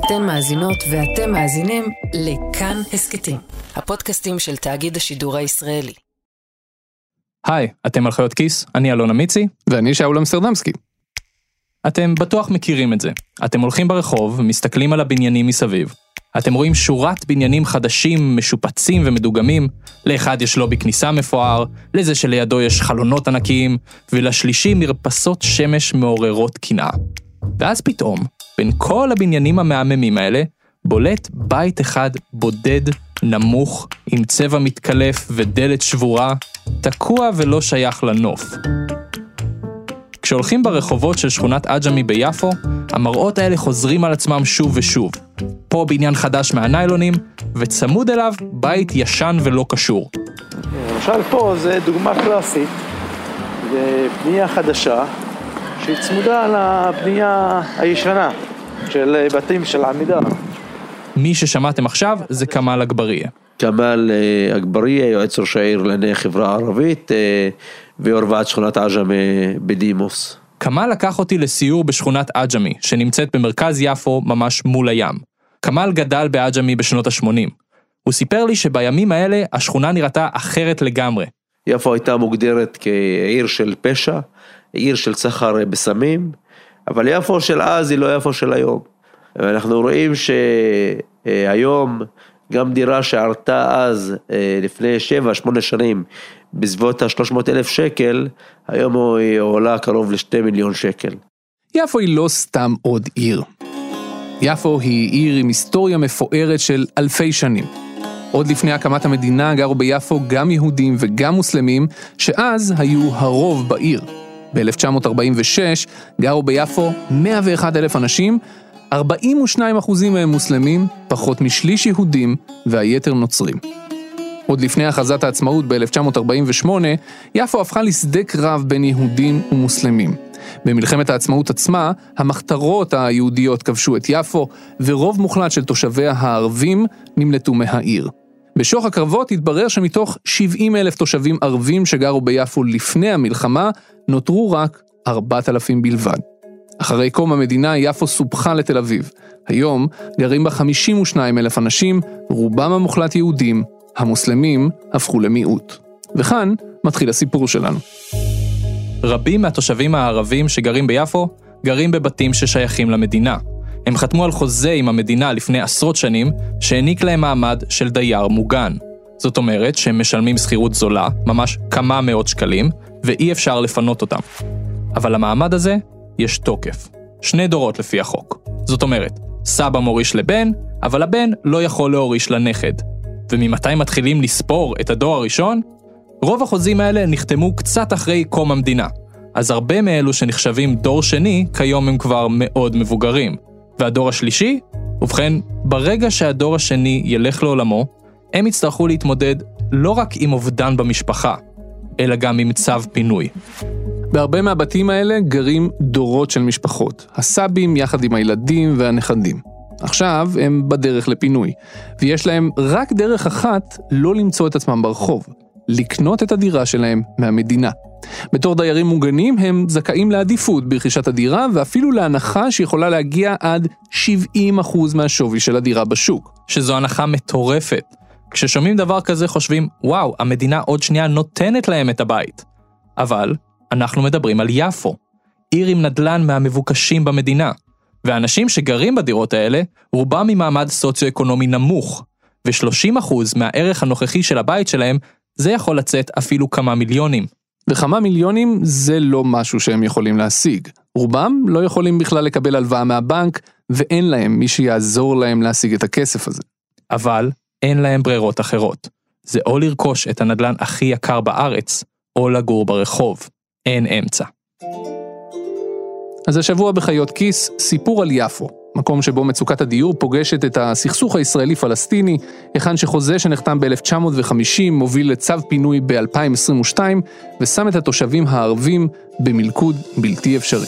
אתן מאזינות ואתם מאזינים לכאן הסקטים, הפודקאסטים של תאגיד השידור הישראלי. היי, אתם על חיות כיס, אני אלון אמיצי. ואני שאול אמסטרדמסקי. אתם בטוח מכירים את זה. אתם הולכים ברחוב, מסתכלים על הבניינים מסביב. אתם רואים שורת בניינים חדשים, משופצים ומדוגמים. לאחד יש לובי כניסה מפואר, לזה שלידו יש חלונות ענקיים, ולשלישי מרפסות שמש מעוררות קנאה. ואז פתאום, בין כל הבניינים המהממים האלה, בולט בית אחד בודד, נמוך, עם צבע מתקלף ודלת שבורה, תקוע ולא שייך לנוף. כשהולכים ברחובות של שכונת עג'מי ביפו, המראות האלה חוזרים על עצמם שוב ושוב. פה בניין חדש מהניילונים, וצמוד אליו בית ישן ולא קשור. למשל פה זה דוגמה קלאסית, זה בנייה חדשה, שהיא צמודה לבנייה הישנה של בתים של עמידר. מי ששמעתם עכשיו זה כמאל אגבריה. כמאל אגבריה, יועץ ראש העיר לענייני חברה הערבית, ויו"ר ועד שכונת עג'מי בדימוס. כמאל לקח אותי לסיור בשכונת עג'מי, שנמצאת במרכז יפו ממש מול הים. כמאל גדל בעג'מי בשנות ה-80. הוא סיפר לי שבימים האלה השכונה נראתה אחרת לגמרי. יפו הייתה מוגדרת כעיר של פשע, עיר של סחר בסמים, אבל יפו של אז היא לא יפו של היום. ואנחנו רואים שהיום גם דירה שערתה אז לפני 7-8 שנים בסביבות ה-300,000 שקל, היום היא עולה קרוב ל2 מיליון שקל. יפו היא לא סתם עוד עיר. יפו היא עיר עם היסטוריה מפוארת של אלפי שנים. עוד לפני הקמת המדינה גרו ביפו גם יהודים וגם מוסלמים, שאז היו הרוב בעיר. ב-1946 גרו ביפו 101,000 אנשים, 42% מהם מוסלמים, פחות משליש יהודים והיתר נוצרים. עוד לפני הכרזת העצמאות ב-1948, יפו הפכה לשדה קרב בין יהודים ומוסלמים. במלחמת העצמאות עצמה, המחתרות היהודיות כבשו את יפו, ורוב מוחלט של תושביה הערבים נמלטו מהעיר. בשוך הקרבות התברר שמתוך 70,000 תושבים ערבים שגרו ביפו לפני המלחמה, נותרו רק 4,000 בלבד. אחרי קום המדינה, יפו סופחה לתל אביב. היום גרים בה 52,000 אנשים, רובם המוחלט יהודים, המוסלמים הפכו למיעוט. וכאן מתחיל הסיפור שלנו. רבים מהתושבים הערבים שגרים ביפו, גרים בבתים ששייכים למדינה. הם חתמו על חוזה עם המדינה לפני עשרות שנים, שהעניק להם מעמד של דייר מוגן. זאת אומרת שהם משלמים שכירות זולה, ממש כמה מאות שקלים, ואי אפשר לפנות אותם. אבל למעמד הזה יש תוקף. 2 דורות לפי החוק. זאת אומרת, סבא מוריש לבן, אבל הבן לא יכול להוריש לנכד. וממתי מתחילים לספור את הדור הראשון? רוב החוזים האלה נחתמו קצת אחרי קום המדינה. אז הרבה מאלו שנחשבים דור שני, כיום הם כבר מאוד מבוגרים. והדור השלישי? ובכן, ברגע שהדור השני ילך לעולמו, הם יצטרכו להתמודד לא רק עם אובדן במשפחה, אלא גם עם צו פינוי. בהרבה מהבתים האלה גרים דורות של משפחות, הסבים יחד עם הילדים והנכדים. עכשיו הם בדרך לפינוי, ויש להם רק דרך אחת לא למצוא את עצמם ברחוב, לקנות את הדירה שלהם מהמדינה. בתור דיירים מוגנים הם זכאים לעדיפות ברכישת הדירה, ואפילו להנחה שיכולה להגיע עד 70% מהשווי של הדירה בשוק. שזו הנחה מטורפת. כששומעים דבר כזה חושבים, וואו, המדינה עוד שנייה נותנת להם את הבית. אבל אנחנו מדברים על יפו, עיר עם נדל"ן מהמבוקשים במדינה. והאנשים שגרים בדירות האלה, רובם ממעמד סוציו-אקונומי נמוך, ו30% מהערך הנוכחי של הבית שלהם, זה יכול לצאת אפילו כמה מיליונים. וכמה מיליונים זה לא משהו שהם יכולים להשיג. רובם לא יכולים בכלל לקבל הלוואה מהבנק, ואין להם מי שיעזור להם להשיג את הכסף הזה. אבל אין להם ברירות אחרות. זה או לרכוש את הנדל"ן הכי יקר בארץ, או לגור ברחוב. אין אמצע. אז השבוע בחיות כיס, סיפור על יפו, מקום שבו מצוקת הדיור פוגשת את הסכסוך הישראלי-פלסטיני, היכן שחוזה שנחתם ב-1950 מוביל לצו פינוי ב-2022, ושם את התושבים הערבים במלכוד בלתי אפשרי.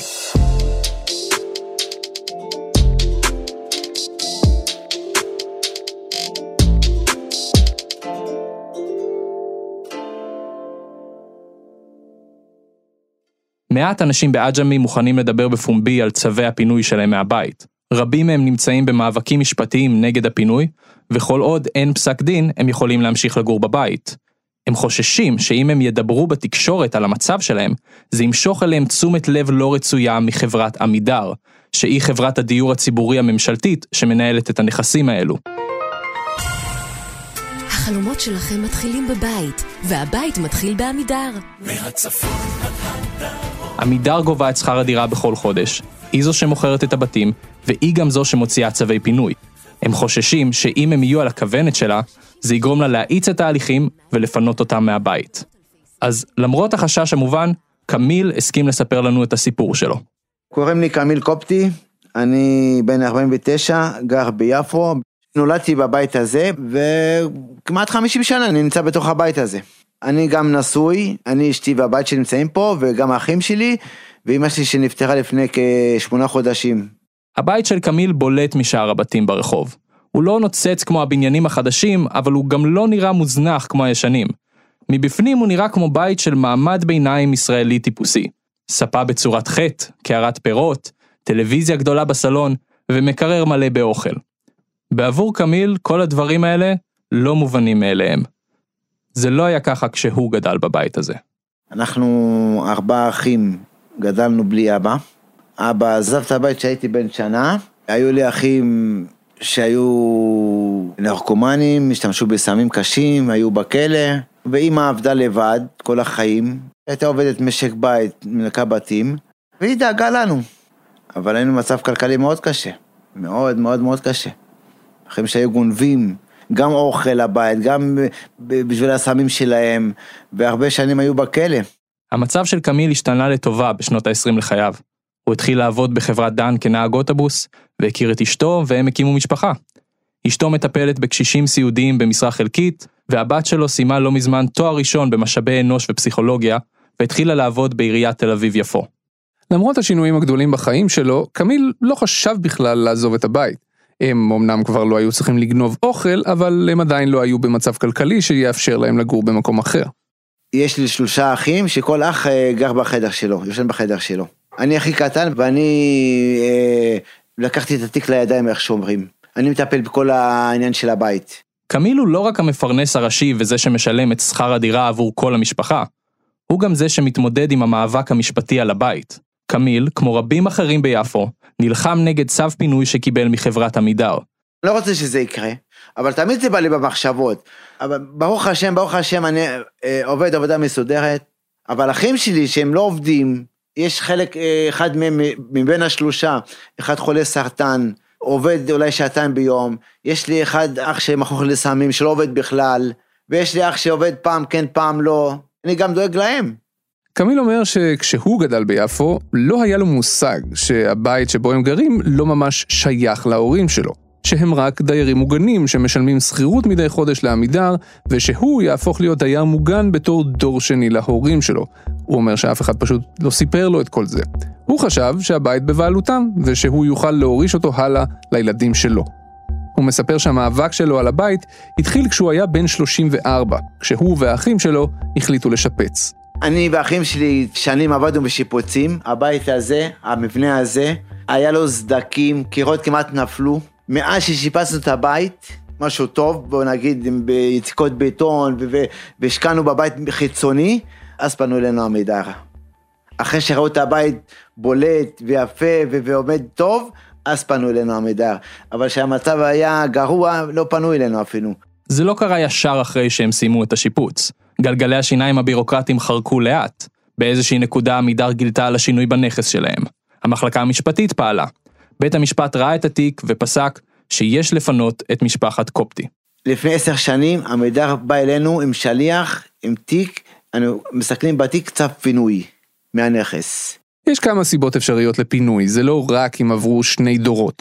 מעט אנשים בעג'מי מוכנים לדבר בפומבי על צווי הפינוי שלהם מהבית. רבים מהם נמצאים במאבקים משפטיים נגד הפינוי, וכל עוד אין פסק דין, הם יכולים להמשיך לגור בבית. הם חוששים שאם הם ידברו בתקשורת על המצב שלהם, זה ימשוך אליהם תשומת לב לא רצויה מחברת עמידר, שהיא חברת הדיור הציבורי הממשלתית שמנהלת את הנכסים האלו. החלומות שלכם מתחילים בבית, והבית מתחיל בעמידר. עמידר גובה את שכר הדירה בכל חודש, היא זו שמוכרת את הבתים, והיא גם זו שמוציאה צווי פינוי. הם חוששים שאם הם יהיו על הכוונת שלה, זה יגרום לה להאיץ את ההליכים ולפנות אותם מהבית. אז למרות החשש המובן, קמיל הסכים לספר לנו את הסיפור שלו. קוראים לי קמיל קופטי, אני בן 49, גר ביפו, נולדתי בבית הזה, וכמעט 50 שנה אני נמצא בתוך הבית הזה. אני גם נשוי, אני אשתי והבית שנמצאים פה, וגם האחים שלי, ואמא שלי שנפטרה לפני כ8 חודשים. הבית של קמיל בולט משאר הבתים ברחוב. הוא לא נוצץ כמו הבניינים החדשים, אבל הוא גם לא נראה מוזנח כמו הישנים. מבפנים הוא נראה כמו בית של מעמד ביניים ישראלי טיפוסי. ספה בצורת חטא, קערת פירות, טלוויזיה גדולה בסלון, ומקרר מלא באוכל. בעבור קמיל, כל הדברים האלה לא מובנים מאליהם. זה לא היה ככה כשהוא גדל בבית הזה. אנחנו 4 אחים, גדלנו בלי אבא. אבא עזב את הבית שהייתי בן שנה. היו לי אחים שהיו נרקומנים, השתמשו בסמים קשים, היו בכלא. ואמא עבדה לבד כל החיים. הייתה עובדת משק בית, מלכה בתים. והיא דאגה לנו. אבל היינו במצב כלכלי מאוד קשה. מאוד מאוד מאוד קשה. אחים שהיו גונבים, גם אוכל לבית, גם בשביל הסמים שלהם, והרבה שנים היו בכלא. המצב של קמיל השתנה לטובה בשנות ה-20 לחייו. הוא התחיל לעבוד בחברת דן כנהג אוטובוס, והכיר את אשתו והם הקימו משפחה. אשתו מטפלת בקשישים סיעודיים במשרה חלקית, והבת שלו סיימה לא מזמן תואר ראשון במשאבי אנוש ופסיכולוגיה, והתחילה לעבוד בעיריית תל אביב יפו. למרות השינויים הגדולים בחיים שלו, קמיל לא חשב בכלל לעזוב את הבית. הם אמנם כבר לא היו צריכים לגנוב אוכל, אבל הם עדיין לא היו במצב כלכלי שיאפשר להם לגור במקום אחר. יש לי 3 אחים שכל אח גר בחדר שלו, יושן בחדר שלו. אני הכי קטן ואני לקחתי את התיק לידיים איך שאומרים. אני מטפל בכל העניין של הבית. קמיל הוא לא רק המפרנס הראשי וזה שמשלם את שכר הדירה עבור כל המשפחה, הוא גם זה שמתמודד עם המאבק המשפטי על הבית. קמיל, כמו רבים אחרים ביפו, נלחם נגד צו פינוי שקיבל מחברת עמידר. לא רוצה שזה יקרה, אבל תמיד זה בא לי במחשבות. אבל ברוך השם, אני עובד עבודה מסודרת, אבל אחים שלי שהם לא עובדים, יש חלק אחד מבין 3, אחד חולה סרטן, עובד אולי 2 ביום, יש לי אח שמכור לסמים שלא עובד בכלל, ויש לי אח שעובד פעם כן פעם לא, אני גם דואג להם. קמיל אומר שכשהוא גדל ביפו, לא היה לו מושג שהבית שבו הם גרים לא ממש שייך להורים שלו, שהם רק דיירים מוגנים שמשלמים שכירות מדי חודש לעמידר, ושהוא יהפוך להיות דייר מוגן בתור דור שני להורים שלו. הוא אומר שאף אחד פשוט לא סיפר לו את כל זה. הוא חשב שהבית בבעלותם, ושהוא יוכל להוריש אותו הלאה לילדים שלו. הוא מספר שהמאבק שלו על הבית התחיל כשהוא היה בן 34, כשהוא והאחים שלו החליטו לשפץ. אני והאחים שלי שנים עבדנו בשיפוצים, הבית הזה, המבנה הזה, היה לו סדקים, קירות כמעט נפלו, מאז ששיפצנו את הבית, משהו טוב, בוא נגיד, ביציקות בטון, והשקענו בבית חיצוני, אז פנו אלינו עמידר. אחרי שראו את הבית בולט ויפה ועומד טוב, אז פנו אלינו עמידר. אבל שהמצב היה גרוע, לא פנו אלינו אפילו. זה לא קרה ישר אחרי שהם סיימו את השיפוץ. גלגלי השיניים הבירוקרטיים חרקו לאט. באיזושהי נקודה עמידר גילתה על השינוי בנכס שלהם. המחלקה המשפטית פעלה. בית המשפט ראה את התיק ופסק שיש לפנות את משפחת קופטי. לפני 10 שנים עמידר בא אלינו עם שליח, עם תיק, אנו מסתכלים בתיק צו פינוי מהנכס. יש כמה סיבות אפשריות לפינוי, זה לא רק אם עברו 2 דורות.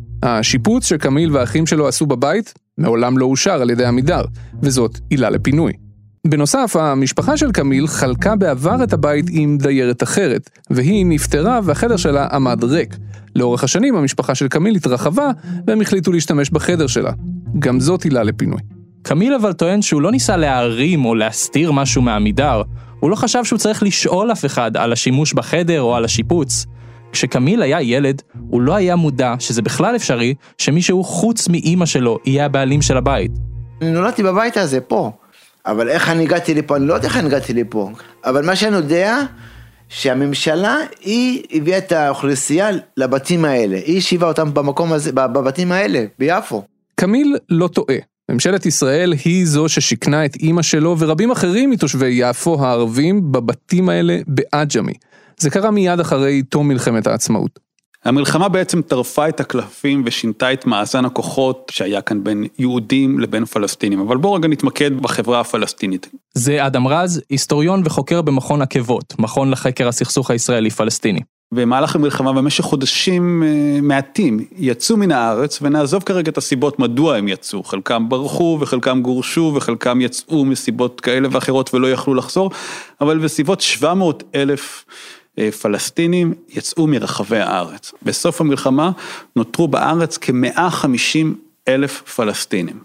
השיפוץ שקמיל והאחים שלו עשו בבית מעולם לא אושר על ידי עמידר, וזאת עילה לפינוי. בנוסף, המשפחה של קמיל חלקה בעבר את הבית עם דיירת אחרת, והיא נפטרה והחדר שלה עמד ריק. לאורך השנים המשפחה של קמיל התרחבה, והם החליטו להשתמש בחדר שלה. גם זאת עילה לפינוי. קמיל אבל טוען שהוא לא ניסה להערים או להסתיר משהו מעמידר, הוא לא חשב שהוא צריך לשאול אף אחד על השימוש בחדר או על השיפוץ. כשקמיל היה ילד, הוא לא היה מודע שזה בכלל אפשרי שמישהו חוץ מאמא שלו יהיה הבעלים של הבית. אני נולדתי בבית הזה, פה. אבל איך אני הגעתי לפה? אני לא יודע איך אני הגעתי לפה. אבל מה שאני יודע, שהממשלה היא הביאה את האוכלוסייה לבתים האלה. היא השיבה אותם במקום הזה, בבתים האלה, ביפו. קמיל לא טועה. ממשלת ישראל היא זו ששכנה את אמא שלו ורבים אחרים מתושבי יפו הערבים בבתים האלה בעג'מי. זה קרה מיד אחרי תום מלחמת העצמאות. המלחמה בעצם טרפה את הקלפים ושינתה את מאזן הכוחות שהיה כאן בין יהודים לבין פלסטינים. אבל בואו רגע נתמקד בחברה הפלסטינית. זה אדם רז, היסטוריון וחוקר במכון עקבות, מכון לחקר הסכסוך הישראלי-פלסטיני. במהלך המלחמה במשך חודשים מעטים יצאו מן הארץ, ונעזוב כרגע את הסיבות מדוע הם יצאו. חלקם ברחו וחלקם גורשו וחלקם יצאו מסיבות כאלה ואחרות ולא יכלו לחזור, אבל בסביבות 700,000 פלסטינים יצאו מרחבי הארץ. בסוף המלחמה נותרו בארץ כ-150,000 פלסטינים.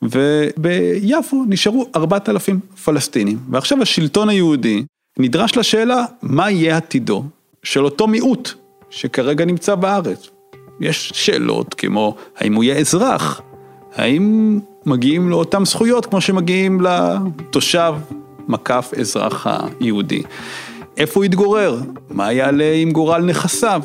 וביפו נשארו 4,000 פלסטינים. ועכשיו השלטון היהודי נדרש לשאלה מה יהיה עתידו של אותו מיעוט שכרגע נמצא בארץ. יש שאלות כמו האם הוא יהיה אזרח, האם מגיעים לו אותם זכויות כמו שמגיעים לתושב מקף אזרח היהודי. איפה הוא יתגורר? מה יעלה עם גורל נכסיו?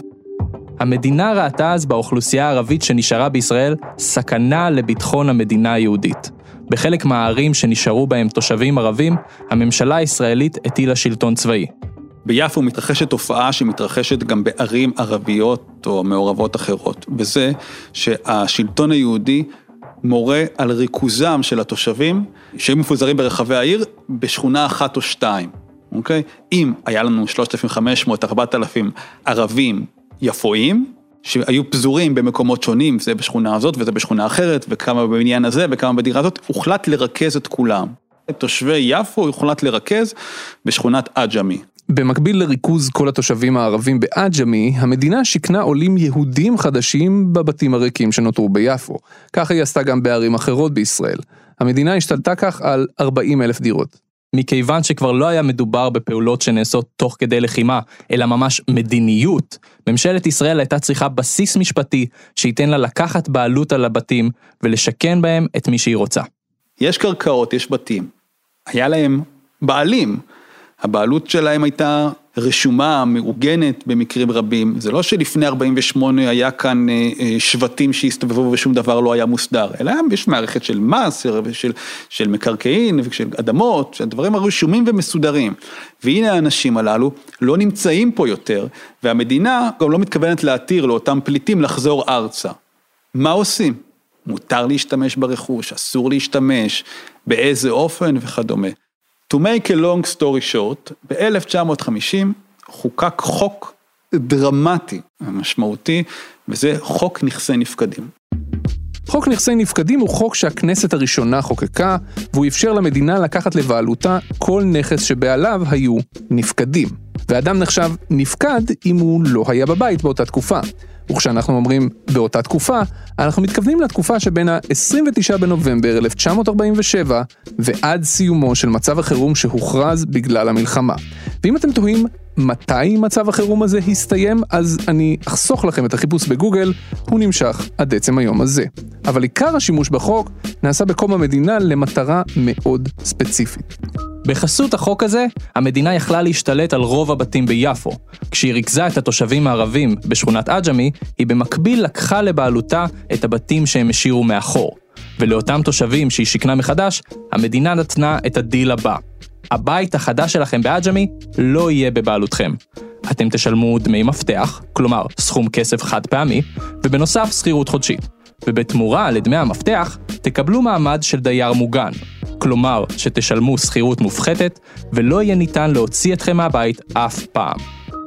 המדינה ראתה אז באוכלוסייה הערבית שנשארה בישראל סכנה לביטחון המדינה היהודית. בחלק מהערים שנשארו בהם תושבים ערבים, הממשלה הישראלית הטילה שלטון צבאי. ביפו מתרחשת תופעה שמתרחשת גם בערים ערביות או מעורבות אחרות, וזה שהשלטון היהודי מורה על ריכוזם של התושבים שהם מפוזרים ברחבי העיר בשכונה אחת או שתיים. אוקיי? אם היה לנו 3,500-4,000 ערבים יפואים, שהיו פזורים במקומות שונים, זה בשכונה הזאת וזה בשכונה אחרת, וכמה בבניין הזה וכמה בדירה הזאת, הוחלט לרכז את כולם. את תושבי יפו הוחלט לרכז בשכונת עג'מי. במקביל לריכוז כל התושבים הערבים בעג'מי, המדינה שכנה עולים יהודים חדשים בבתים הריקים שנותרו ביפו. ככה היא עשתה גם בערים אחרות בישראל. המדינה השתלטה כך על 40,000 דירות. מכיוון שכבר לא היה מדובר בפעולות שנעשות תוך כדי לחימה, אלא ממש מדיניות, ממשלת ישראל הייתה צריכה בסיס משפטי שייתן לה לקחת בעלות על הבתים ולשכן בהם את מי שהיא רוצה. יש קרקעות, יש בתים. היה להם בעלים. הבעלות שלהם הייתה רשומה, מעוגנת במקרים רבים. זה לא שלפני 48 היה כאן שבטים שהסתובבו ושום דבר לא היה מוסדר, אלא יש מערכת של מס, של מקרקעין ושל אדמות, שהדברים הרשומים ומסודרים. והנה האנשים הללו לא נמצאים פה יותר, והמדינה גם לא מתכוונת להתיר לאותם פליטים לחזור ארצה. מה עושים? מותר להשתמש ברכוש, אסור להשתמש, באיזה אופן וכדומה. To make a long story short, ב-1950 חוקק חוק דרמטי משמעותי, וזה חוק נכסי נפקדים. חוק נכסי נפקדים הוא חוק שהכנסת הראשונה חוקקה, והוא אפשר למדינה לקחת לבעלותה כל נכס שבעליו היו נפקדים. ואדם נחשב נפקד אם הוא לא היה בבית באותה תקופה. וכשאנחנו אומרים באותה תקופה, אנחנו מתכוונים לתקופה שבין ה-29 בנובמבר 1947 ועד סיומו של מצב החירום שהוכרז בגלל המלחמה. ואם אתם תוהים מתי מצב החירום הזה הסתיים, אז אני אחסוך לכם את החיפוש בגוגל, הוא נמשך עד עצם היום הזה. אבל עיקר השימוש בחוק נעשה בקום המדינה למטרה מאוד ספציפית. בחסות החוק הזה, המדינה יכלה להשתלט על רוב הבתים ביפו. כשהיא ריכזה את התושבים הערבים בשכונת עג'מי, היא במקביל לקחה לבעלותה את הבתים שהם השאירו מאחור. ולאותם תושבים שהיא שכנה מחדש, המדינה נתנה את הדיל הבא. הבית החדש שלכם בעג'מי לא יהיה בבעלותכם. אתם תשלמו דמי מפתח, כלומר סכום כסף חד פעמי, ובנוסף שכירות חודשית. ובתמורה לדמי המפתח, תקבלו מעמד של דייר מוגן. כלומר שתשלמו שכירות מופחתת, ולא יהיה ניתן להוציא אתכם מהבית אף פעם.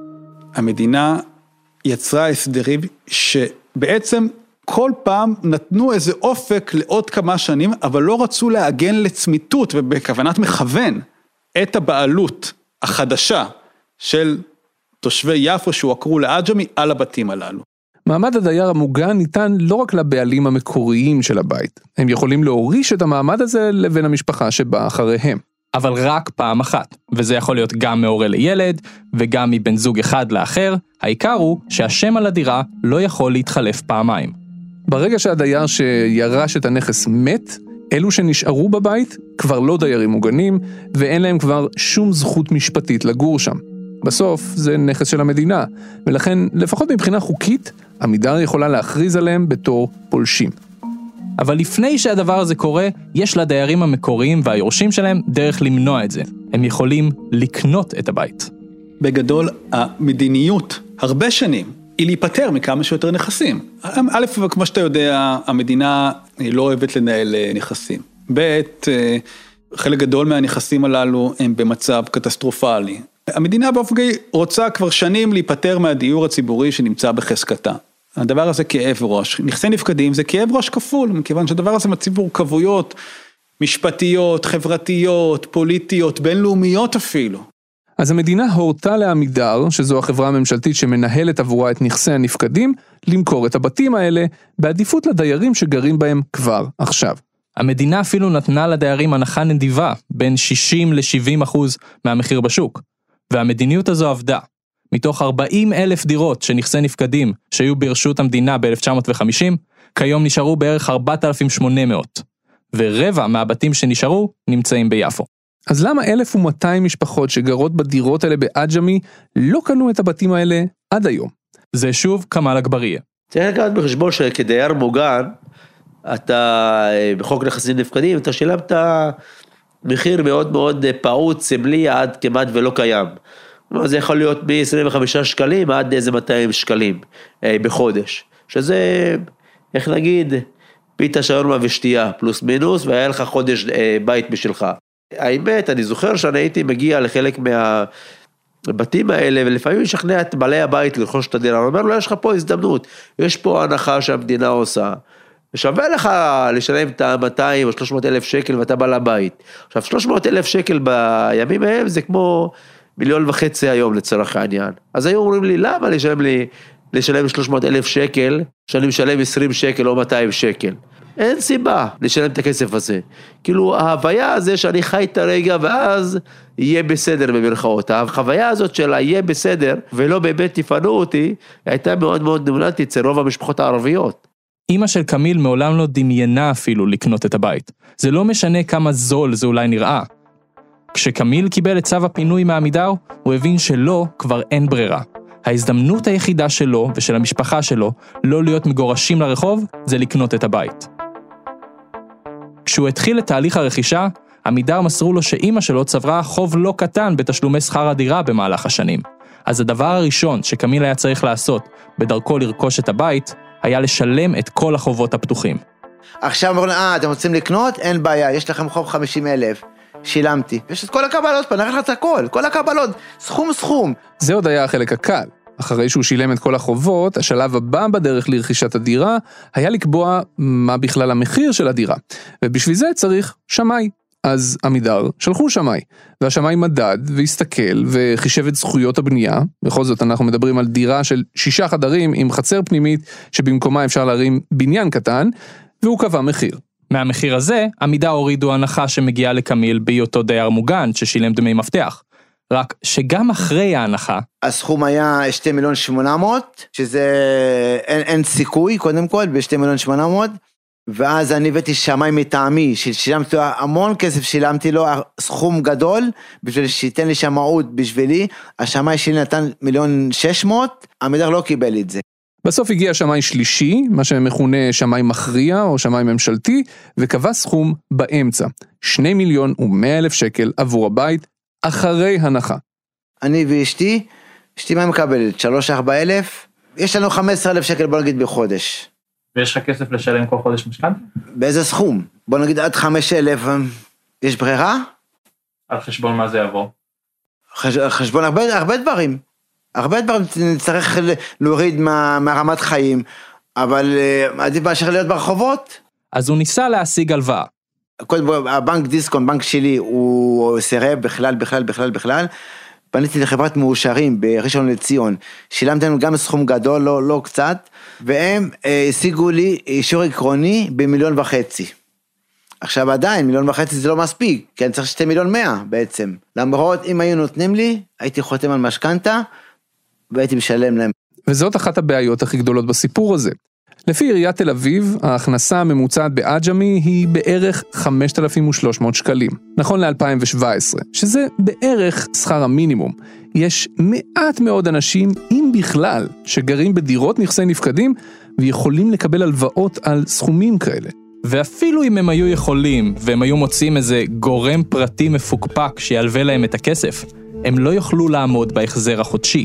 המדינה יצרה הסדרים שבעצם כל פעם נתנו איזה אופק לעוד כמה שנים, אבל לא רצו להגן לצמיתות ובכוונת מכוון את הבעלות החדשה של תושבי יפו שהועקרו לעג'מי על הבתים הללו. מעמד הדייר המוגן ניתן לא רק לבעלים המקוריים של הבית. הם יכולים להוריש את המעמד הזה לבין המשפחה שבאה אחריהם. אבל רק פעם אחת, וזה יכול להיות גם מהורה לילד, וגם מבן זוג אחד לאחר, העיקר הוא שהשם על הדירה לא יכול להתחלף פעמיים. ברגע שהדייר שירש את הנכס מת, אלו שנשארו בבית כבר לא דיירים מוגנים, ואין להם כבר שום זכות משפטית לגור שם. בסוף זה נכס של המדינה, ולכן לפחות מבחינה חוקית, עמידר יכולה להכריז עליהם בתור פולשים. אבל לפני שהדבר הזה קורה, יש לדיירים המקוריים והיורשים שלהם דרך למנוע את זה. הם יכולים לקנות את הבית. בגדול, המדיניות, הרבה שנים, היא להיפטר מכמה שיותר נכסים. א', כמו שאתה יודע, המדינה לא אוהבת לנהל נכסים. ב', חלק גדול מהנכסים הללו הם במצב קטסטרופלי. המדינה באופגי רוצה כבר שנים להיפטר מהדיור הציבורי שנמצא בחזקתה. הדבר הזה כאב ראש. נכסי נפקדים זה כאב ראש כפול, מכיוון שהדבר הזה מציב מורכבויות משפטיות, חברתיות, פוליטיות, בינלאומיות אפילו. אז המדינה הורתה לעמידר, שזו החברה הממשלתית שמנהלת עבורה את נכסי הנפקדים, למכור את הבתים האלה בעדיפות לדיירים שגרים בהם כבר עכשיו. המדינה אפילו נתנה לדיירים הנחה נדיבה, בין 60 ל-70% מהמחיר בשוק. והמדיניות הזו עבדה. מתוך 40,000 דירות שנכסי נפקדים שהיו ברשות המדינה ב-1950, כיום נשארו בערך 4,800. ורבע מהבתים שנשארו נמצאים ביפו. אז למה 1,200 משפחות שגרות בדירות האלה בעג'מי לא קנו את הבתים האלה עד היום? זה שוב כמאל אגבריה. צריך לקחת בחשבון שכדייר מוגן, אתה בחוק נכסים נפקדים, אתה שילמת מחיר מאוד מאוד פעוט, סמלי, עד כמעט ולא קיים. זה יכול להיות מ-25 שקלים עד איזה 200 שקלים בחודש. שזה, איך נגיד, פיתה שווארמה ושתייה, פלוס מינוס, והיה לך חודש בית בשבילך. האמת, אני זוכר שאני הייתי מגיע לחלק מהבתים האלה, ולפעמים משכנע את בעלי הבית לרכוש את הדירה, אני אומר לו, יש לך פה הזדמנות, יש פה הנחה שהמדינה עושה, שווה לך לשלם את ה-200 או 300 אלף שקל ואתה בא לבית. עכשיו, 300 אלף שקל בימים ההם זה כמו 1.5 מיליון היום לצורך העניין. אז היו אומרים לי, למה לשלם 300 אלף שקל, שאני משלם 20 שקל או 200 שקל? אין סיבה לשלם את הכסף הזה. כאילו, ההוויה הזה שאני חי את הרגע ואז יהיה בסדר במרכאות. החוויה הזאת של יהיה בסדר ולא באמת תפנו אותי, הייתה מאוד מאוד דומיננטית אצל רוב המשפחות הערביות. אמא של קמיל מעולם לא דמיינה אפילו לקנות את הבית. זה לא משנה כמה זול זה אולי נראה. כשקמיל קיבל את צו הפינוי מעמידר, הוא הבין שלא כבר אין ברירה. ההזדמנות היחידה שלו ושל המשפחה שלו לא להיות מגורשים לרחוב, זה לקנות את הבית. כשהוא התחיל את תהליך הרכישה, עמידר מסרו לו שאמא שלו צברה חוב לא קטן בתשלומי שכר הדירה במהלך השנים. אז הדבר הראשון שקמיל היה צריך לעשות בדרכו לרכוש את הבית, היה לשלם את כל החובות הפתוחים. עכשיו אמרו, אתם רוצים לקנות? אין בעיה, יש לכם חוב 50,000. שילמתי. יש את כל הקבלות, פנח לך את הכל, כל הקבלות, סכום. זה עוד היה החלק הקל. אחרי שהוא שילם את כל החובות, השלב הבא בדרך לרכישת הדירה, היה לקבוע מה בכלל המחיר של הדירה. ובשביל זה צריך שמאי. אז עמידר שלחו שמאי, והשמאי מדד והסתכל וחישב את זכויות הבנייה. בכל זאת אנחנו מדברים על דירה של 6 חדרים עם חצר פנימית, שבמקומה אפשר להרים בניין קטן, והוא קבע מחיר. מהמחיר הזה, עמידר הורידו הנחה שמגיעה לקמיל בהיותו דייר מוגן ששילם דמי מפתח. רק שגם אחרי ההנחה, הסכום היה 2,800,000, שזה אין סיכוי קודם כל, ב-2,800,000, ואז אני הבאתי שמאי מטעמי, ששילמתי לו המון כסף, שילמתי לו סכום גדול, בשביל שייתן לי שמאות בשבילי, השמאי שלי נתן 1,600,000, עמידר לא קיבל את זה. בסוף הגיע שמאי שלישי, מה שמכונה שמאי מכריע או שמאי ממשלתי, וקבע סכום באמצע, 2,100,000 שקל עבור הבית, אחרי הנחה. אני ואשתי, אשתי מה מקבלת? 3,4,000, יש לנו 15,000 שקל בוא נגיד בחודש. ויש לך כסף לשלם כל חודש משכנתא? באיזה סכום? בוא נגיד עד 5,000, יש ברירה? על חשבון מה זה יעבור? חשבון הרבה דברים. הרבה דברים נצטרך להוריד מהרמת חיים, אבל עדיף מאשר להיות ברחובות. אז הוא ניסה להשיג הלוואה. הבנק דיסקונט, בנק שלי, הוא סירב בכלל. פניתי לחברת מאושרים בראשון לציון, שילמתי לנו גם סכום גדול, לא קצת, והם השיגו לי אישור עקרוני ב1,500,000. עכשיו עדיין, 1.5 מיליון זה לא מספיק, כי אני צריך 2.1 מיליון בעצם. למרות, אם היו נותנים לי, הייתי חותם על משכנתה, והייתי משלם להם. וזאת אחת הבעיות הכי גדולות בסיפור הזה. לפי עיריית תל אביב, ההכנסה הממוצעת בעג'מי היא בערך 5,300 שקלים. נכון ל-2017, שזה בערך שכר המינימום. יש מעט מאוד אנשים, אם בכלל, שגרים בדירות נכסי נפקדים, ויכולים לקבל הלוואות על סכומים כאלה. ואפילו אם הם היו יכולים, והם היו מוצאים איזה גורם פרטי מפוקפק שילווה להם את הכסף, הם לא יוכלו לעמוד בהחזר החודשי.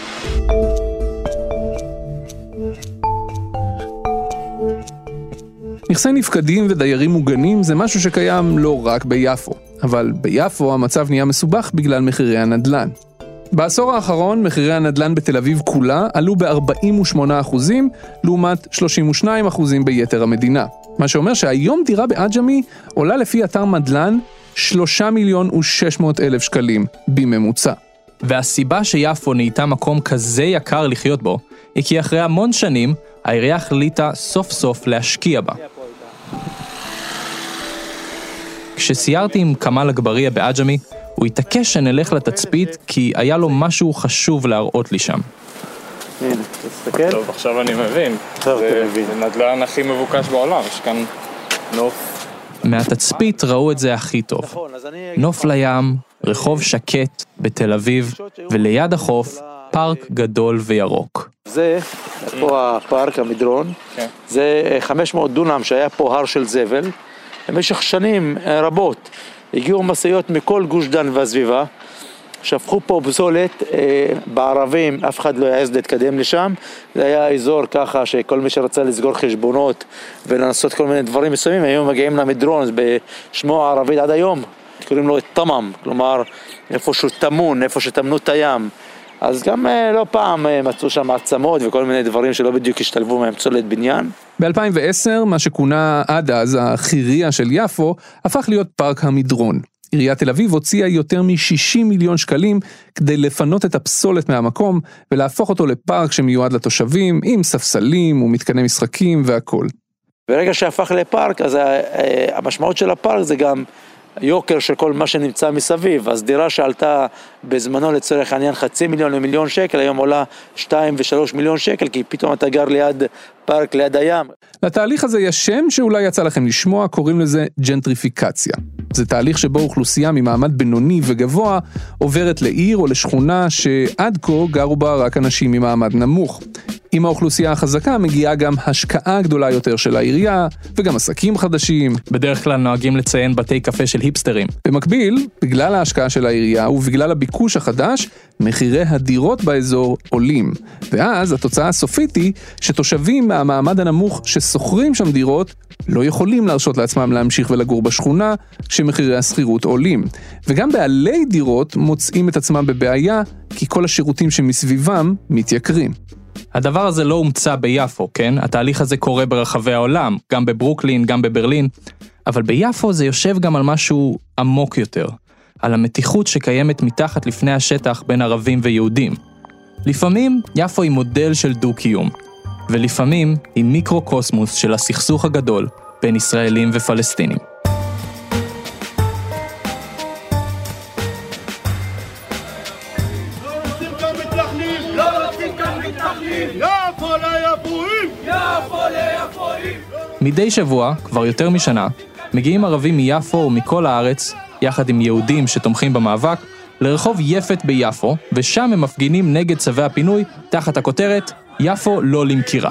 נכסי נפקדים ודיירים מוגנים זה משהו שקיים לא רק ביפו, אבל ביפו המצב נהיה מסובך בגלל מחירי הנדל"ן. בעשור האחרון מחירי הנדל"ן בתל אביב כולה עלו ב-48% לעומת 32% ביתר המדינה. מה שאומר שהיום דירה בעג'מי עולה לפי אתר מדלן 3,600,000 שקלים בממוצע. והסיבה שיפו נהייתה מקום כזה יקר לחיות בו, היא כי אחרי המון שנים העירייה החליטה סוף סוף להשקיע בה. כשסיירתי עם כמאל אגבריה בעג'מי, הוא התעקש שנלך לתצפית כי היה לו משהו חשוב להראות לי שם. הנה, תסתכל. טוב, עכשיו אני מבין. עכשיו אתה מבין. זה נדל"ן הכי מבוקש בעולם, יש כאן נוף. מהתצפית ראו את זה הכי טוב. נוף לים, רחוב שקט בתל אביב, וליד החוף פארק גדול וירוק. זה, פה הפארק, המדרון, זה 500 דונם שהיה פה הר של זבל, במשך שנים רבות הגיעו מסעיות מכל גוש דן והסביבה, שפכו פה פסולת בערבים, אף אחד לא יעז להתקדם לשם, זה היה אזור ככה שכל מי שרצה לסגור חשבונות ולנסות כל מיני דברים מסוימים, היום מגיעים למדרון בשמו הערבית עד היום, קוראים לו את תמם, כלומר איפה שהוא תמון, איפה שתמנו את הים, אז גם לא פעם מצאו שם עצמות וכל מיני דברים שלא בדיוק השתלבו מהם פסולת בניין. ב-2010, מה שכונה עד אז החירייה של יפו, הפך להיות פארק המדרון. עיריית תל אביב הוציאה יותר מ-60 מיליון שקלים כדי לפנות את הפסולת מהמקום ולהפוך אותו לפארק שמיועד לתושבים עם ספסלים ומתקני משחקים והכל. ברגע שהפך לפארק, אז המשמעות של הפארק זה גם יוקר של כל מה שנמצא מסביב, אז דירה שעלתה בזמנו לצורך העניין 500,000 ל1,000,000 שקל, היום עולה 2 ו3 מיליון שקל, כי פתאום אתה גר ליד פארק, ליד הים. לתהליך הזה יש שם שאולי יצא לכם לשמוע, קוראים לזה ג'נטריפיקציה. זה תהליך שבו אוכלוסייה ממעמד בינוני וגבוה עוברת לעיר או לשכונה שעד כה גרו בה רק אנשים ממעמד נמוך. עם האוכלוסייה החזקה מגיעה גם השקעה גדולה יותר של העירייה, וגם עסקים חדשים. בדרך כלל נוהגים לציין בתי קפה של היפסטרים. במקביל, בגלל ההשקעה של העירייה ובגלל הביקוש החדש, מחירי הדירות באזור עולים. ואז התוצאה הסופית היא שתושבים מהמעמד הנמוך ששוכרים שם דירות, לא יכולים להרשות לעצמם להמשיך ולגור בשכונה, כשמחירי השכירות עולים. וגם בעלי דירות מוצאים את עצמם בבעיה, כי כל השירותים שמסביבם מתייקרים. הדבר הזה לא הומצא ביפו, כן? התהליך הזה קורה ברחבי העולם, גם בברוקלין, גם בברלין, אבל ביפו זה יושב גם על משהו עמוק יותר, על המתיחות שקיימת מתחת לפני השטח בין ערבים ויהודים. לפעמים יפו היא מודל של דו-קיום, ולפעמים היא מיקרו-קוסמוס של הסכסוך הגדול בין ישראלים ופלסטינים. מדי שבוע, כבר יותר משנה, מגיעים ערבים מיפו ומכל הארץ, יחד עם יהודים שתומכים במאבק, לרחוב יפת ביפו, ושם הם מפגינים נגד צווי הפינוי, תחת הכותרת, יפו לא למכירה.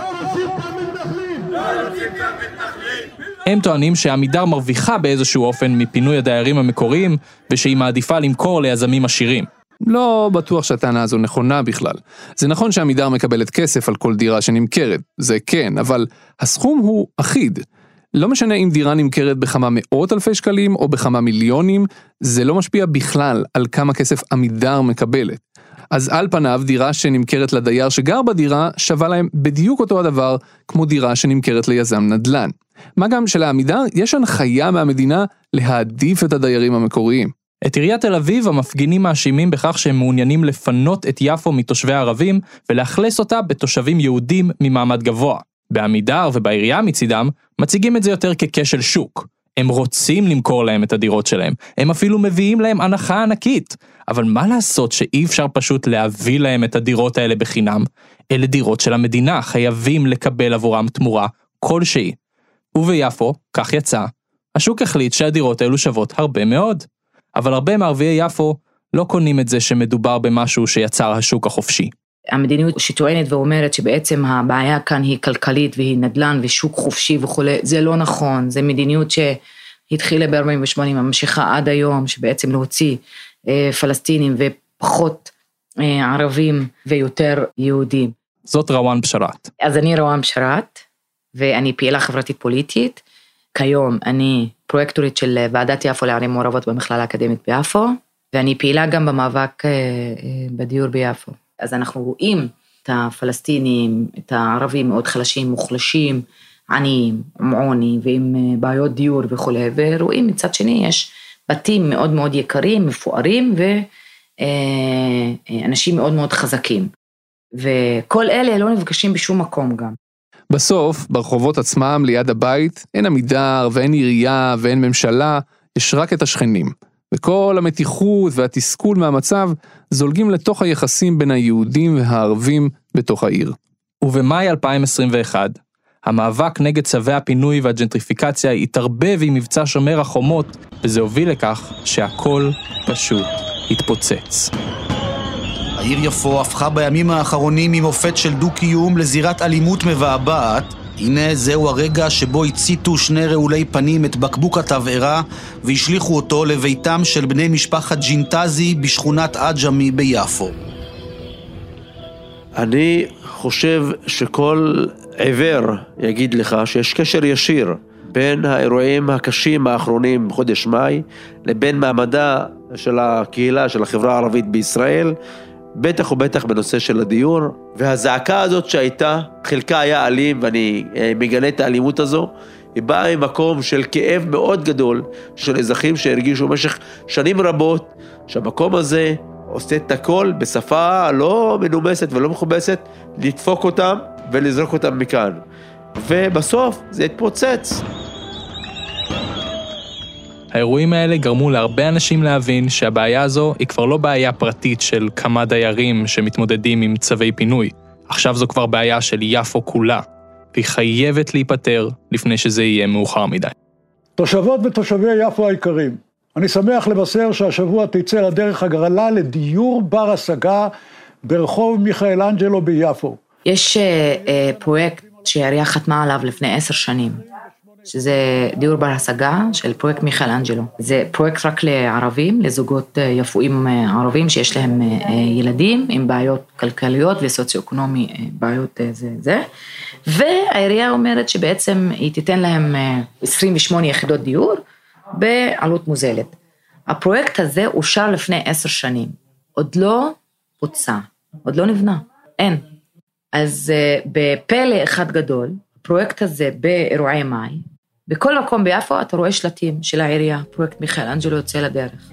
הם טוענים שעמידר מרוויחה באיזשהו אופן מפינוי הדיירים המקוריים, ושהיא מעדיפה למכור ליזמים עשירים. לא בטוח שהטענה הזו נכונה בכלל. זה נכון שעמידר מקבלת כסף על כל דירה שנמכרת, זה כן, אבל הסכום הוא אחיד. לא משנה אם דירה נמכרת בכמה מאות אלפי שקלים או בכמה מיליונים, זה לא משפיע בכלל על כמה כסף עמידר מקבלת. אז על פניו דירה שנמכרת לדייר שגר בדירה שווה להם בדיוק אותו הדבר כמו דירה שנמכרת ליזם נדל"ן. מה גם שלעמידר יש הנחיה מהמדינה להעדיף את הדיירים המקוריים. את עיריית תל אביב המפגינים מאשימים בכך שהם מעוניינים לפנות את יפו מתושבי הערבים ולאכלס אותה בתושבים יהודים ממעמד גבוה. בעמידר ובעירייה מצידם מציגים את זה יותר ככשל שוק. הם רוצים למכור להם את הדירות שלהם, הם אפילו מביאים להם הנחה ענקית, אבל מה לעשות שאי אפשר פשוט להביא להם את הדירות האלה בחינם? אלה דירות של המדינה, חייבים לקבל עבורם תמורה כלשהי. וביפו, כך יצא, השוק החליט שהדירות האלו שוות הרבה מאוד. אבל הרבה מערביי יפו לא קונים את זה שמדובר במשהו שיצר השוק החופשי. המדיניות שטוענת ואומרת שבעצם הבעיה כאן היא כלכלית והיא נדל"ן ושוק חופשי וכו', זה לא נכון, זה מדיניות שהתחילה ב-48, ממשיכה עד היום, שבעצם להוציא פלסטינים ופחות ערבים ויותר יהודים. זאת רוואן בשאראת. אז אני רוואן בשאראת, ואני פעילה חברתית פוליטית, כיום אני פרויקטורית של ועדת יפו לערים מעורבות במכללה האקדמית ביפו, ואני פעילה גם במאבק בדיור ביפו. אז אנחנו רואים את הפלסטינים, את הערבים מאוד חלשים, מוחלשים, עניים, עם עוני ועם בעיות דיור וכו', ורואים מצד שני יש בתים מאוד מאוד יקרים, מפוארים, ואנשים מאוד מאוד חזקים. וכל אלה לא נפגשים בשום מקום גם. בסוף, ברחובות עצמם ליד הבית, אין עמידר ואין עירייה ואין ממשלה, יש רק את השכנים. וכל המתיחות והתסכול מהמצב זולגים לתוך היחסים בין היהודים והערבים בתוך העיר. ובמאי 2021, המאבק נגד צווי הפינוי והג'נטריפיקציה התערבב עם מבצע שומר החומות, וזה הוביל לכך שהכל פשוט התפוצץ. העיר יפו הפכה בימים האחרונים ממופת של דו-קיום לזירת אלימות מבעבעת. הנה זהו הרגע שבו הציתו שני רעולי פנים את בקבוק התבערה והשליחו אותו לביתם של בני משפחת ג'ינטזי בשכונת עג'מי ביפו. אני חושב שכל עיוור יגיד לך שיש קשר ישיר בין האירועים הקשים האחרונים בחודש מאי לבין מעמדה של הקהילה של החברה הערבית בישראל, בטח ובטח בנושא של הדיור, והזעקה הזאת שהייתה, חלקה היה אלים, ואני מגנה את האלימות הזו, היא באה ממקום של כאב מאוד גדול, של אזרחים שהרגישו במשך שנים רבות, שהמקום הזה עושה את הכל בשפה לא מנומסת ולא מכובסת, לדפוק אותם ולזרוק אותם מכאן. ובסוף זה התפוצץ. האירועים האלה גרמו להרבה אנשים להבין שהבעיה הזו היא כבר לא בעיה פרטית של כמה דיירים שמתמודדים עם צווי פינוי. עכשיו זו כבר בעיה של יפו כולה, והיא חייבת להיפטר לפני שזה יהיה מאוחר מדי. תושבות ותושבי יפו היקרים, אני שמח לבשר שהשבוע תצא לדרך הגרלה לדיור בר השגה ברחוב מיכאל אנג'לו ביפו. יש פרויקט שהעירייה חתמה עליו לפני 10 שנים. שזה דיור בר השגה של פרויקט מיכאל אנג'לו. זה פרויקט רק לערבים, לזוגות יפואים ערבים שיש להם ילדים עם בעיות כלכליות וסוציו-אקונומי, בעיות זה. והעירייה אומרת שבעצם היא תיתן להם 28 יחידות דיור בעלות מוזלת. הפרויקט הזה אושר לפני 10 שנים. עוד לא בוצע, עוד לא נבנה, אין. אז בפלא אחד גדול, הפרויקט הזה באירועי מאי, בכל מקום ביפו אתה רואה שלטים של העירייה, פרויקט מיכאל אנג'לו יוצא לדרך.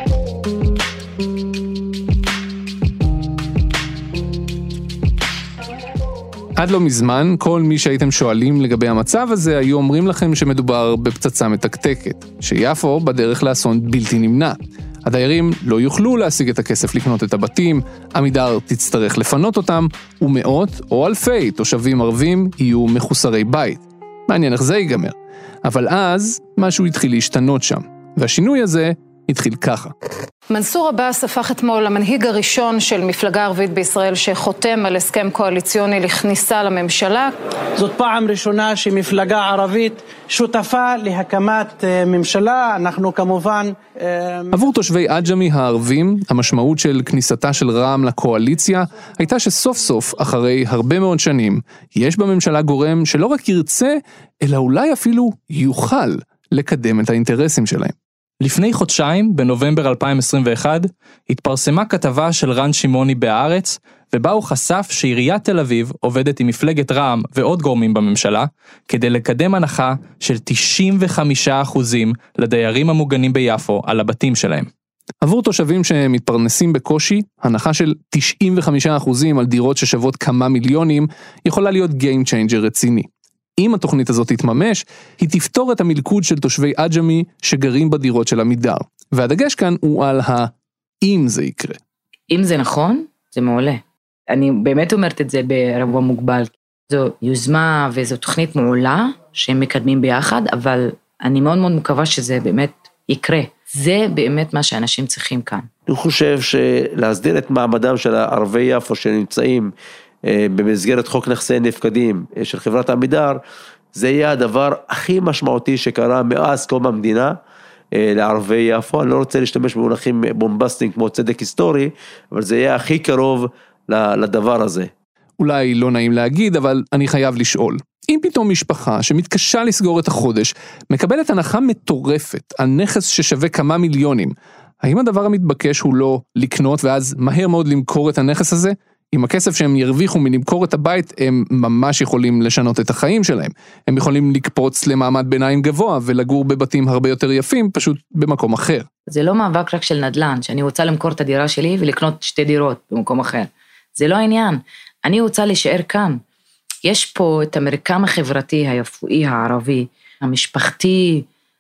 עד לא מזמן, כל מי שהייתם שואלים לגבי המצב הזה, היו אומרים לכם שמדובר בפצצה מתקתקת, שיפו בדרך לאסון בלתי נמנע. הדיירים לא יוכלו להשיג את הכסף לקנות את הבתים, עמידר תצטרך לפנות אותם, ומאות או אלפי תושבים ערבים יהיו מחוסרי בית. מעניין איך זה ייגמר. אבל אז משהו התחיל להשתנות שם, והשינוי הזה התחיל ככה. מנסור עבאס הפך אתמול למנהיג הראשון של מפלגה ערבית בישראל שחותם על הסכם קואליציוני לכניסה לממשלה. זאת פעם ראשונה שמפלגה ערבית שותפה להקמת ממשלה, אנחנו כמובן... עבור תושבי עג'מי הערבים, המשמעות של כניסתה של רע"מ לקואליציה הייתה שסוף סוף, אחרי הרבה מאוד שנים, יש בממשלה גורם שלא רק ירצה, אלא אולי אפילו יוכל לקדם את האינטרסים שלהם. לפני חודשיים, בנובמבר 2021, התפרסמה כתבה של רן שמעוני בהארץ, ובה הוא חשף שעיריית תל אביב עובדת עם מפלגת רע"מ ועוד גורמים בממשלה, כדי לקדם הנחה של 95% לדיירים המוגנים ביפו על הבתים שלהם. עבור תושבים שמתפרנסים בקושי, הנחה של 95% על דירות ששוות כמה מיליונים, יכולה להיות game changer רציני. אם התוכנית הזאת תתממש, היא תפתור את המלכוד של תושבי עג'מי שגרים בדירות של עמידר. והדגש כאן הוא על אם זה יקרה. אם זה נכון, זה מעולה. אני באמת אומרת את זה ברבוע מוגבל. זו יוזמה וזו תוכנית מעולה שהם מקדמים ביחד, אבל אני מאוד מאוד מקווה שזה באמת יקרה. זה באמת מה שאנשים צריכים כאן. אני חושב שלהסדיר את מעמדם של ערבי יפו שנמצאים במסגרת חוק נכסי נפקדים של חברת עמידר, זה יהיה הדבר הכי משמעותי שקרה מאז קום המדינה לערבי יפו. אני לא רוצה להשתמש במונחים בומבסטיים כמו צדק היסטורי, אבל זה יהיה הכי קרוב לדבר הזה. אולי לא נעים להגיד, אבל אני חייב לשאול. אם פתאום משפחה שמתקשה לסגור את החודש, מקבלת הנחה מטורפת על נכס ששווה כמה מיליונים, האם הדבר המתבקש הוא לא לקנות ואז מהר מאוד למכור את הנכס הזה? עם הכסף שהם ירוויחו מלמכור את הבית, הם ממש יכולים לשנות את החיים שלהם. הם יכולים לקפוץ למעמד ביניים גבוה ולגור בבתים הרבה יותר יפים, פשוט במקום אחר. זה לא מאבק רק של נדל"ן, שאני רוצה למכור את הדירה שלי ולקנות 2 דירות במקום אחר. זה לא העניין. אני רוצה להישאר כאן. יש פה את המרקם החברתי, היפואי, הערבי, המשפחתי,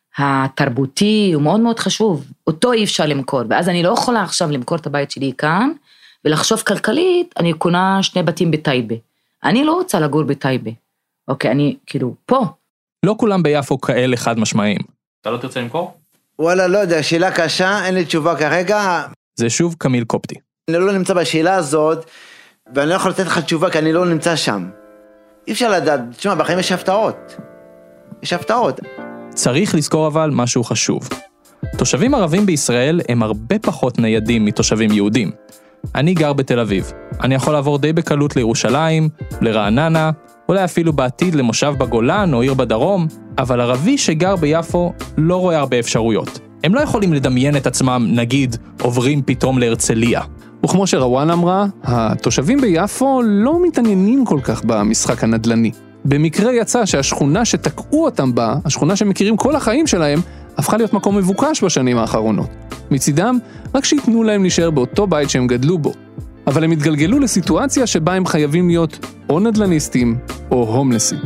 התרבותי, הוא מאוד מאוד חשוב. אותו אי אפשר למכור, ואז אני לא יכולה עכשיו למכור את הבית שלי כאן, ולחשוב כלכלית, אני קונה 2 בתים בטייבה. אני לא רוצה לגור בטייבה. אוקיי, אני כאילו פה. לא כולם ביפו כאלה חד משמעיים. אתה לא תרצה למכור? וואלה, לא יודע, שאלה קשה, אין לי תשובה כרגע. זה שוב קמיל קופטי. אני לא נמצא בשאלה הזאת, ואני לא יכול לתת לך תשובה, כי אני לא נמצא שם. אי אפשר לדעת, תשמע, בחיים יש הפתעות. יש הפתעות. צריך לזכור אבל משהו חשוב. תושבים ערבים בישראל הם הרבה פחות ניידים מתושבים יהודים. אני גר בתל אביב. אני יכול לעבור די בקלות לירושלים, לרעננה, אולי אפילו בעתיד למושב בגולן או עיר בדרום, אבל ערבי שגר ביפו לא רואה הרבה אפשרויות. הם לא יכולים לדמיין את עצמם, נגיד, עוברים פתאום להרצליה. וכמו שרואן אמרה, התושבים ביפו לא מתעניינים כל כך במשחק הנדלני. במקרה יצא שהשכונה שתקעו אותם בה, השכונה שמכירים כל החיים שלהם, הפכה להיות מקום מבוקש בשנים האחרונות. מצידם, רק שיתנו להם להישאר באותו בית שהם גדלו בו. אבל הם התגלגלו לסיטואציה שבה הם חייבים להיות או נדלניסטים או הומלסים.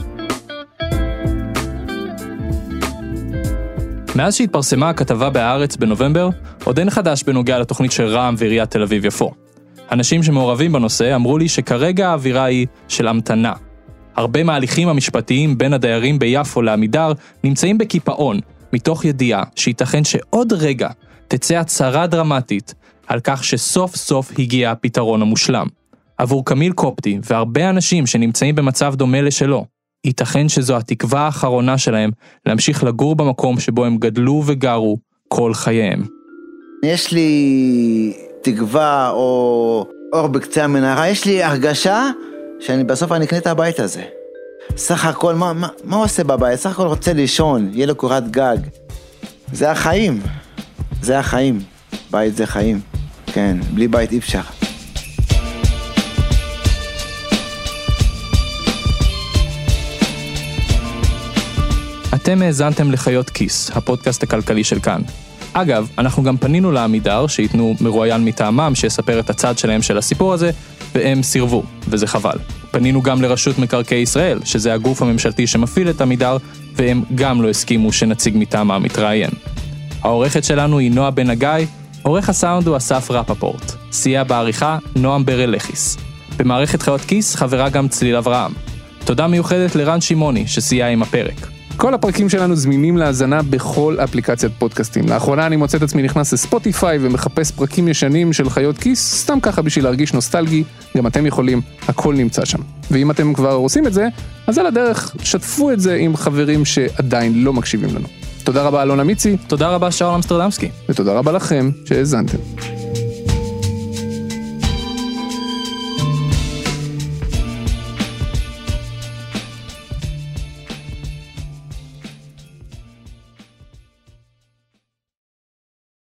מאז שהתפרסמה הכתבה בהארץ בנובמבר, עוד אין חדש בנוגע לתוכנית של רע"מ ועיריית תל אביב יפו. אנשים שמעורבים בנושא אמרו לי שכרגע האווירה היא של המתנה. הרבה מההליכים המשפטיים בין הדיירים ביפו לעמידר נמצאים בקיפאון, מתוך ידיעה שייתכן שעוד רגע תצא הצהרה דרמטית על כך שסוף סוף הגיע הפתרון המושלם. עבור קמיל קופטי והרבה אנשים שנמצאים במצב דומה לשלו, ייתכן שזו התקווה האחרונה שלהם להמשיך לגור במקום שבו הם גדלו וגרו כל חייהם. יש לי תקווה או אור בקצה המנהרה, יש לי הרגשה שאני בסוף אני אקנה את הבית הזה. סך הכל, מה הוא עושה בבית? סך הכל רוצה לישון, יהיה לו קורת גג. זה החיים. זה החיים. בית זה חיים. כן, בלי בית אי אפשר. אתם האזנתם לחיות כיס, הפודקאסט הכלכלי של כאן. אגב, אנחנו גם פנינו לעמידר שיתנו מרואיין מטעמם שיספר את הצד שלהם של הסיפור הזה, והם סירבו, וזה חבל. פנינו גם לרשות מקרקעי ישראל, שזה הגוף הממשלתי שמפעיל את עמידר, והם גם לא הסכימו שנציג מטעמם מתראיין. העורכת שלנו היא נועה בן הגיא, עורך הסאונד הוא אסף רפפורט, סייע בעריכה נועם ברלכיס. במערכת חיות כיס חברה גם צליל אברהם. תודה מיוחדת לרן שימוני שסייע עם הפרק. כל הפרקים שלנו זמינים להאזנה בכל אפליקציית פודקאסטים. לאחרונה אני מוצא את עצמי נכנס לספוטיפיי ומחפש פרקים ישנים של חיות כיס, סתם ככה בשביל להרגיש נוסטלגי, גם אתם יכולים, הכל נמצא שם. ואם אתם כבר עושים את זה, אז על הדרך שתפו את זה עם חברים שעדיין לא מקשיבים לנו. תודה רבה אלונה מיצי. תודה רבה שאול אמסטרדמסקי. ותודה רבה לכם שהאזנתם.